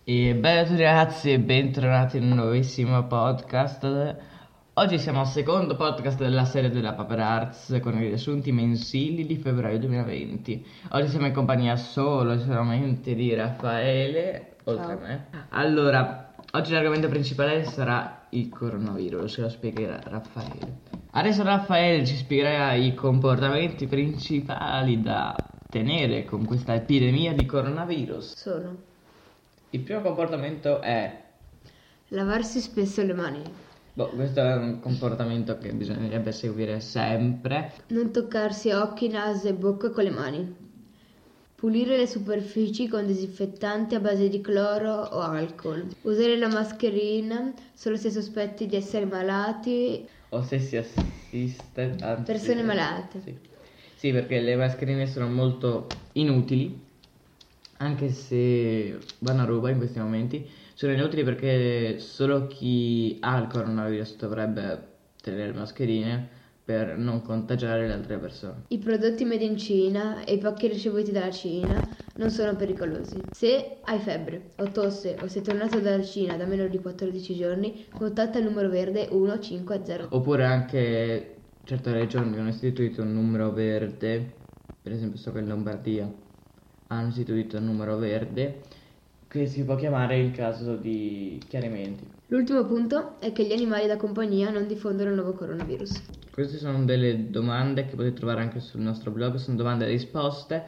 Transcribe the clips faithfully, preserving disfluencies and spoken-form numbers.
E bella a tutti ragazzi e bentornati in un nuovissimo podcast. Oggi siamo al secondo podcast della serie della Paper Arts con i riassunti mensili di febbraio duemilaventi. Oggi siamo in compagnia solo e solamente di Raffaele, oltre a Ciao. me. Allora, oggi l'argomento principale sarà il coronavirus, lo spiegherà Raffaele. Adesso Raffaele ci spiegherà i comportamenti principali da tenere con questa epidemia di coronavirus. Sono Il primo comportamento è, lavarsi spesso le mani, boh, questo è un comportamento che bisognerebbe seguire sempre. non toccarsi occhi, naso e bocca con le mani, pulire le superfici con disinfettanti a base di cloro o alcol, usare la mascherina solo se sospetti di essere malati, O se si assiste, anzi, persone eh, malate. Sì. Sì, perché le mascherine sono molto inutili, anche se vanno a ruba in questi momenti. Sono inutili perché solo chi ha il coronavirus dovrebbe tenere le mascherine per non contagiare le altre persone. I prodotti made in Cina e i pacchi ricevuti dalla Cina non sono pericolosi. Se hai febbre o tosse o sei tornato dalla Cina da meno di quattordici giorni, contatta il numero verde uno cinque zero. Oppure anche certe regioni hanno istituito un numero verde, per esempio so che in Lombardia hanno istituito un numero verde che si può chiamare in caso di chiarimenti. L'ultimo punto è che gli animali da compagnia non diffondono il nuovo coronavirus. Queste sono delle domande che potete trovare anche sul nostro blog, sono domande e risposte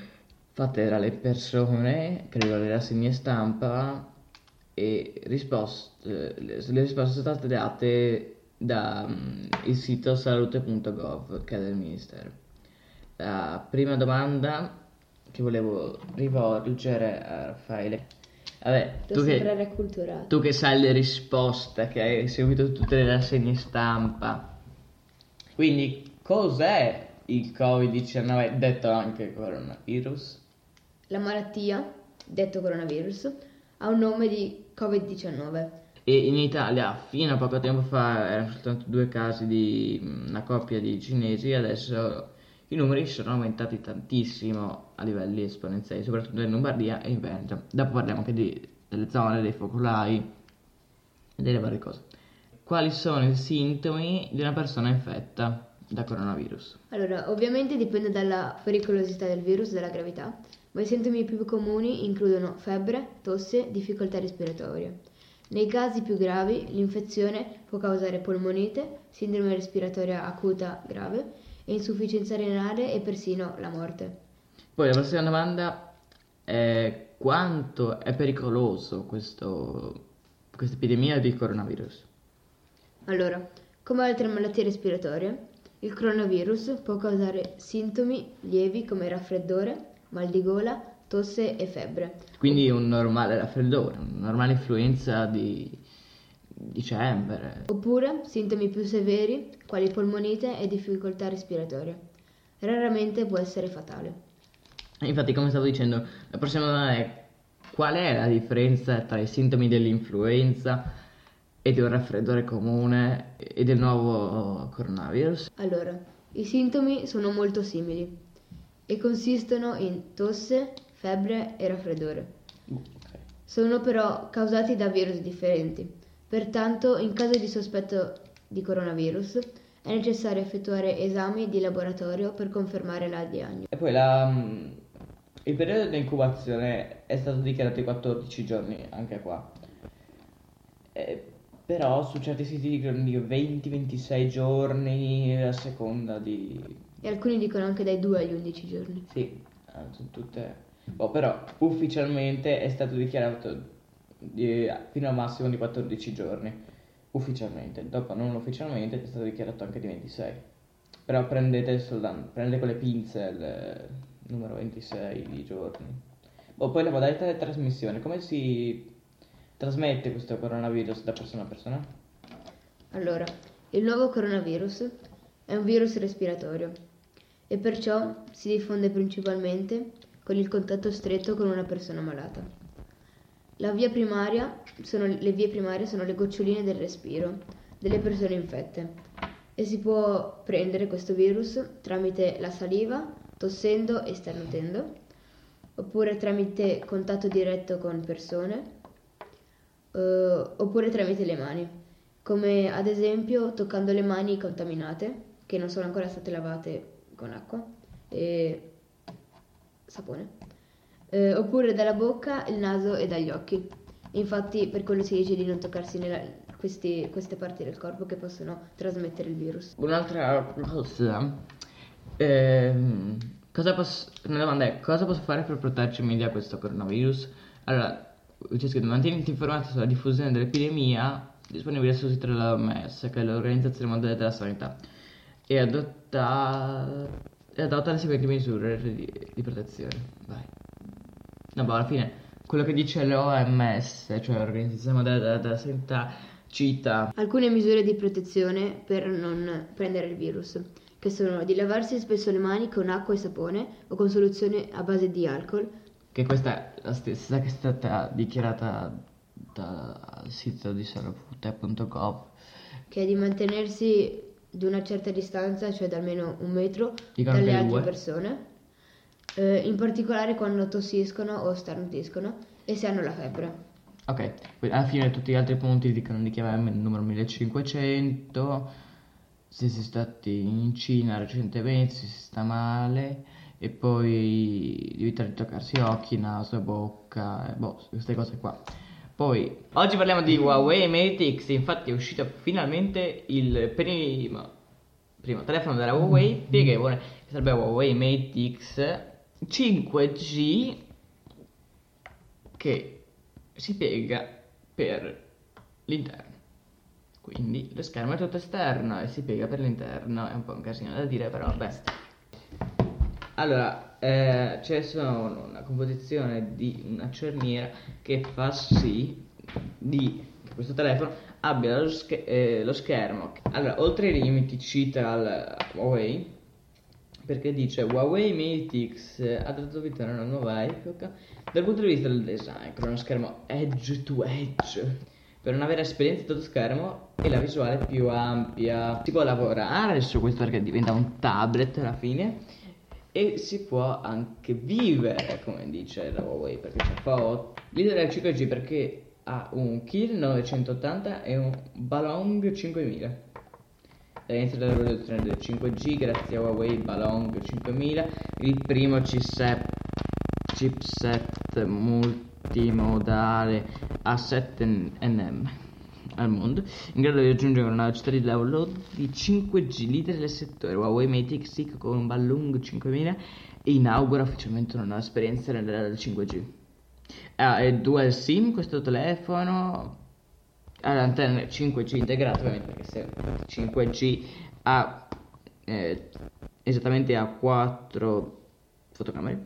fatte dalle persone, credo alle rassegne stampa, e risposte, le, le risposte sono state date dal sito salute punto gov, che è del Ministero. La prima domanda che volevo rivolgere a Raffaele. Vabbè, tu Devo che, sembrare acculturato. tu che sai le risposte, che hai seguito tutte le rassegne stampa, quindi cos'è il covid diciannove, detto anche coronavirus? La malattia, detto coronavirus, ha un nome di covid diciannove. E in Italia fino a poco tempo fa erano soltanto due casi di mh, una coppia di cinesi, adesso i numeri sono aumentati tantissimo a livelli esponenziali, soprattutto in Lombardia e in Veneto. Dopo parliamo anche di- delle zone, dei focolai e delle varie cose. Quali sono i sintomi di una persona infetta da coronavirus? Allora, ovviamente dipende dalla pericolosità del virus, dalla gravità, ma i sintomi più comuni includono febbre, tosse, difficoltà respiratoria. Nei casi più gravi, l'infezione può causare polmonite, sindrome respiratoria acuta grave, e insufficienza renale e persino la morte. Poi la prossima domanda è quanto è pericoloso questo, questa epidemia di coronavirus? Allora, come altre malattie respiratorie, il coronavirus può causare sintomi lievi come raffreddore, mal di gola, tosse e febbre. Quindi un normale raffreddore, una normale influenza di dicembre. Oppure sintomi più severi, quali polmonite e difficoltà respiratorie. Raramente può essere fatale. Infatti, come stavo dicendo, la prossima domanda è qual è la differenza tra i sintomi dell'influenza e di un raffreddore comune e del nuovo coronavirus? Allora, i sintomi sono molto simili e consistono in tosse, febbre e raffreddore. Ok. Sono però causati da virus differenti. Pertanto, in caso di sospetto di coronavirus, è necessario effettuare esami di laboratorio per confermare la diagnosi. E poi la, mm, il periodo di incubazione è stato dichiarato di quattordici giorni, anche qua. Eh, però su certi siti dicono di venti ventisei giorni a seconda di... E alcuni dicono anche dai due agli undici giorni. Sì, eh, sono tutte... Boh, però ufficialmente è stato dichiarato di- fino a un massimo di quattordici giorni. Ufficialmente. Dopo non ufficialmente è stato dichiarato anche di ventisei. Però prendete soltanto, prendete con le pinze il numero ventisei di giorni. Boh, poi la modalità di trasmissione. Come si trasmette questo coronavirus da persona a persona? Allora, il nuovo coronavirus è un virus respiratorio e perciò si diffonde principalmente con il contatto stretto con una persona malata. La via primaria sono, le vie primarie sono le goccioline del respiro delle persone infette e si può prendere questo virus tramite la saliva, tossendo e sternutendo, oppure tramite contatto diretto con persone, eh, oppure tramite le mani, come ad esempio toccando le mani contaminate, che non sono ancora state lavate con acqua e sapone, eh, oppure dalla bocca, il naso e dagli occhi. Infatti per quello si dice di non toccarsi nella, questi, queste parti del corpo che possono trasmettere il virus. Un'altra cosa, ehm, cosa posso, una domanda è, cosa posso fare per proteggermi da questo coronavirus? Allora, c'è scritto, mantieniti informato sulla diffusione dell'epidemia, disponibile sul sito dell'O M S, che è l'Organizzazione Mondiale della Sanità, e adotta, e adotta le seguenti misure di, di protezione. Vai. No, boh, alla fine, quello che dice l'O M S, cioè l'Organizzazione Mondiale della, della Sanità, cita alcune misure di protezione per non prendere il virus, che sono di lavarsi spesso le mani con acqua e sapone o con soluzione a base di alcol, che questa è la stessa che è stata dichiarata dal sito di salute punto gov, che è di mantenersi di una certa distanza, cioè da almeno un metro, Dicono dalle anche altre due. persone, eh, in particolare quando tossiscono o starnutiscono e se hanno la febbre. Ok, poi alla fine tutti gli altri punti dicono di chiamare il numero millecinquecento, se si è stati in Cina recentemente, se si sta male, e poi di evitare di toccarsi occhi, naso, bocca, e boh, queste cose qua. Poi, oggi parliamo di Huawei Mate X, infatti è uscito finalmente il primo, primo telefono della Huawei pieghevole, che sarebbe Huawei Mate X cinque G, che si piega per l'interno, quindi lo schermo è tutto esterno e si piega per l'interno, è un po' un casino da dire, però vabbè. Allora, eh, c'è solo una composizione di una cerniera che fa sì di che questo telefono abbia lo, sch- eh, lo schermo. Allora, oltre ai limiti cita al Huawei, perché dice Huawei Mate X ha dato vita a una nuova epoca dal punto di vista del design, con uno schermo edge to edge per una vera esperienza tutto schermo e la visuale più ampia. Si può lavorare su questo perché diventa un tablet alla fine, e si può anche vivere, come dice la Huawei, perché c'è foto. Leader del cinque G perché ha un Kirin novecentottanta e un Balong cinquemila. Dall'inizio della rivoluzione del cinque G, grazie a Huawei Balong cinquemila, il primo chipset, chipset multimodale a sette nanometri al mondo, in grado di raggiungere una velocità di download di cinque G, leader del settore. Huawei Mate X con un Balong cinquemila e inaugura ufficialmente una nuova esperienza nell'era del cinque G. Ha ah, dual SIM questo telefono, ha l'antenna cinque G integrata, ovviamente, perché se cinque G ha eh, esattamente ha quattro fotocamere,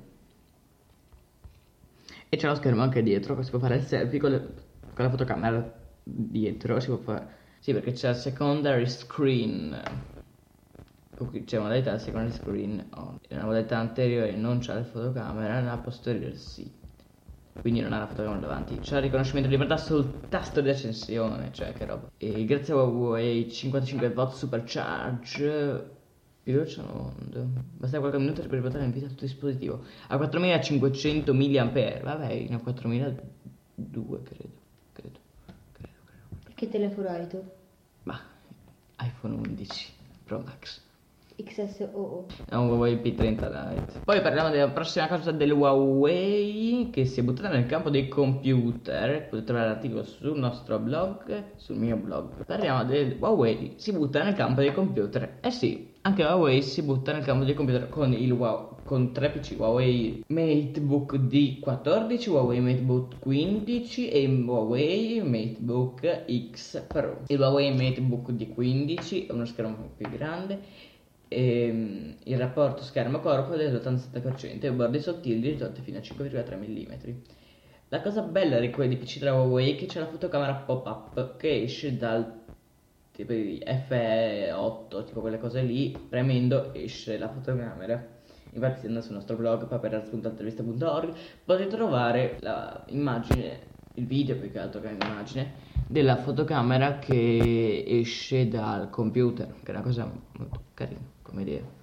e c'è lo schermo anche dietro, che si può fare il selfie con, le, con la fotocamera dietro, si può fare, sì, perché c'è il secondary screen, c'è una modalità secondary screen on. Nella modalità anteriore non c'è la fotocamera, nella posteriore sì, quindi non ha la fotocamera davanti. C'è il riconoscimento di libertà sul tasto di accensione, cioè che roba. E grazie a Huawei cinquantacinque watt supercharge più veloce al mondo, basta qualche minuto per riportare in vita tutto il dispositivo a quattromilacinquecento milliampere, vabbè, ne ho quattromiladue credo, credo, credo, credo. Che telefono hai tu? Ma iPhone undici Pro Max X S O O. è un Huawei P trenta Lite. Poi parliamo della prossima cosa del Huawei, che si è buttata nel campo dei computer. Potete trovare l'articolo sul nostro blog, sul mio blog. Parliamo del Huawei si butta nel campo dei computer. Eh sì, anche Huawei si butta nel campo dei computer con il Huawei, con tre P C, Huawei MateBook D quattordici, Huawei MateBook quindici e Huawei MateBook X Pro. Il Huawei MateBook D quindici è uno schermo più grande, e il rapporto schermo-corpo è dell'ottantasette per cento e i bordi sottili ridotti fino a cinque virgola tre millimetri. La cosa bella di quelli P C della Huawei è che c'è la fotocamera pop-up che esce dal tipo di F E otto, tipo quelle cose lì, premendo esce la fotocamera. Infatti se andate sul nostro blog paparazzi punto altavista punto org potete trovare l'immagine, il video più che altro che l'immagine della fotocamera che esce dal computer, che è una cosa molto carina come idea.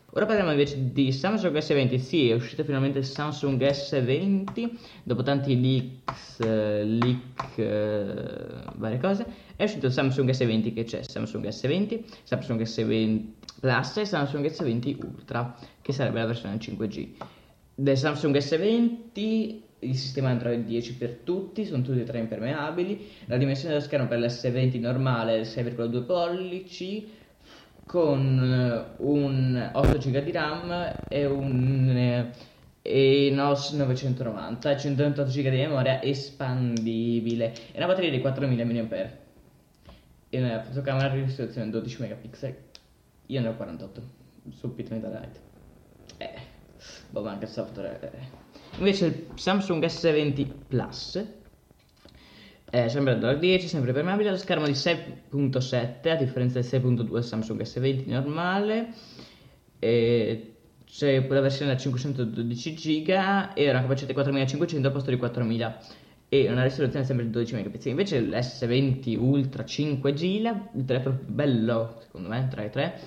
Ora parliamo invece di Samsung S venti. Sì, è uscito finalmente il Samsung S venti dopo tanti leaks, eh, leak, eh, varie cose. È uscito il Samsung S venti, che c'è Samsung S venti, Samsung S venti Plus e Samsung S venti Ultra, che sarebbe la versione cinque G. Del Samsung S venti il sistema Android dieci per tutti, sono tutti e tre impermeabili. La dimensione dello schermo per l'S venti normale è sei virgola due pollici, con un otto giga di RAM e un eh, Exynos novecentonovanta e centoventotto giga di memoria espandibile e una batteria di quattromila milliampere ora e una fotocamera di risoluzione dodici megapixel. Io ne ho quarantotto su Pitmeta Lite. Eh, boh, ma anche il software. Eh. Invece il Samsung S venti Plus è sempre Android dieci, sempre permeabile, lo schermo di sei virgola sette a differenza del sei virgola due Samsung S venti normale, e c'è la versione da cinquecentododici giga e una capacità di quattromilacinquecento al posto di quattromila e una risoluzione sempre di dodici megapixel. Invece l'S venti Ultra cinque G, il telefono più bello secondo me tra i tre,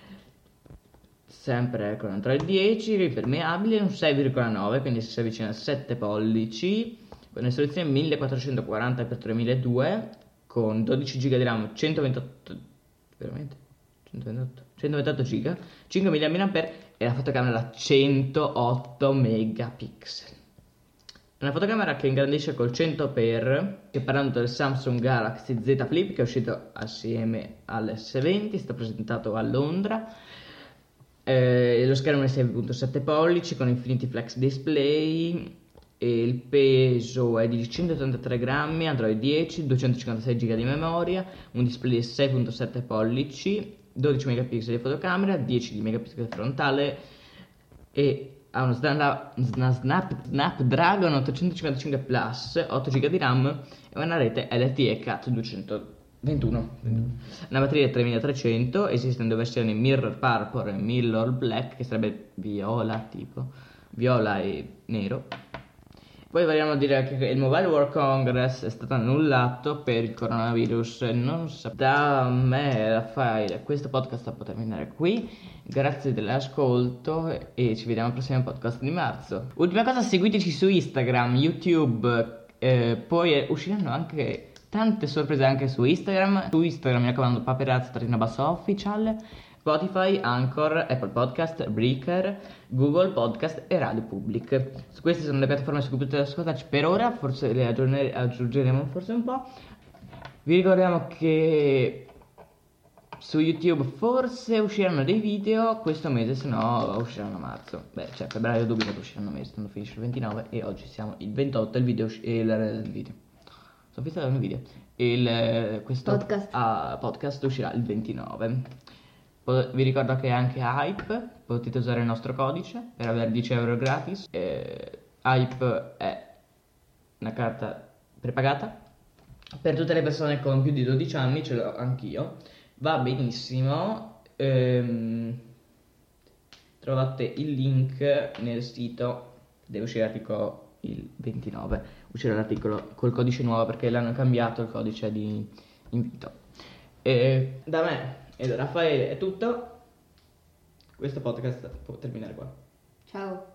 sempre con Android dieci, impermeabile, un sei virgola nove, quindi si avvicina a sette pollici, con una risoluzione millequattrocentoquaranta per tremiladuecento, con dodici giga di RAM, centoventotto, veramente? centoventotto, centoventotto giga, cinquemila milliampere e la fotocamera da centootto megapixel. Una fotocamera che ingrandisce col cento per, che parlando del Samsung Galaxy Z Flip, che è uscito assieme all'S venti, è stato presentato a Londra. Eh, lo schermo è sei virgola sette pollici con Infinity Flex Display e il peso è di centottantatré grammi, Android dieci, duecentocinquantasei giga di memoria, un display di sei virgola sette pollici, dodici megapixel di fotocamera, dieci megapixel frontale e ha uno Snap, Snap, Snapdragon ottocentocinquantacinque Plus, otto giga di RAM e una rete L T E Cat duecentoventuno. Una batteria di tremilatrecento, esistono due versioni, Mirror Purple e Mirror Black, che sarebbe viola, tipo viola e nero. Poi vogliamo dire che il Mobile World Congress è stato annullato per il coronavirus. Non so. Da me, Raffaele, questo podcast può terminare qui. Grazie dell'ascolto e ci vediamo al prossimo podcast di marzo. Ultima cosa, seguiteci su Instagram, YouTube, eh, poi usciranno anche tante sorprese anche su Instagram. Su Instagram mi raccomando, paperazzi-basso official, Spotify, Anchor, Apple Podcast, Breaker, Google Podcast e Radio Public. Su queste sono le piattaforme su cui potete ascoltarci per ora, forse le aggiorner- aggiungeremo forse un po'. Vi ricordiamo che su YouTube forse usciranno dei video questo mese, se no usciranno a marzo. Beh, cioè febbraio dubito che usciranno a mese, tanto finisce il ventinove e oggi siamo il ventotto, il video usci- il, il video. Sono fissato nel video. Il, questo Podcast. ah, podcast uscirà il ventinove. Vi ricordo che anche Hype potete usare il nostro codice per avere dieci euro gratis. Eh, Hype è una carta prepagata per tutte le persone con più di dodici anni, ce l'ho anch'io, va benissimo. Ehm, trovate il link nel sito, deve uscire l'articolo il ventinove, uscirà l'articolo col codice nuovo perché l'hanno cambiato il codice di invito. E da me e da Raffaele è tutto. Questo podcast può terminare qua. Ciao.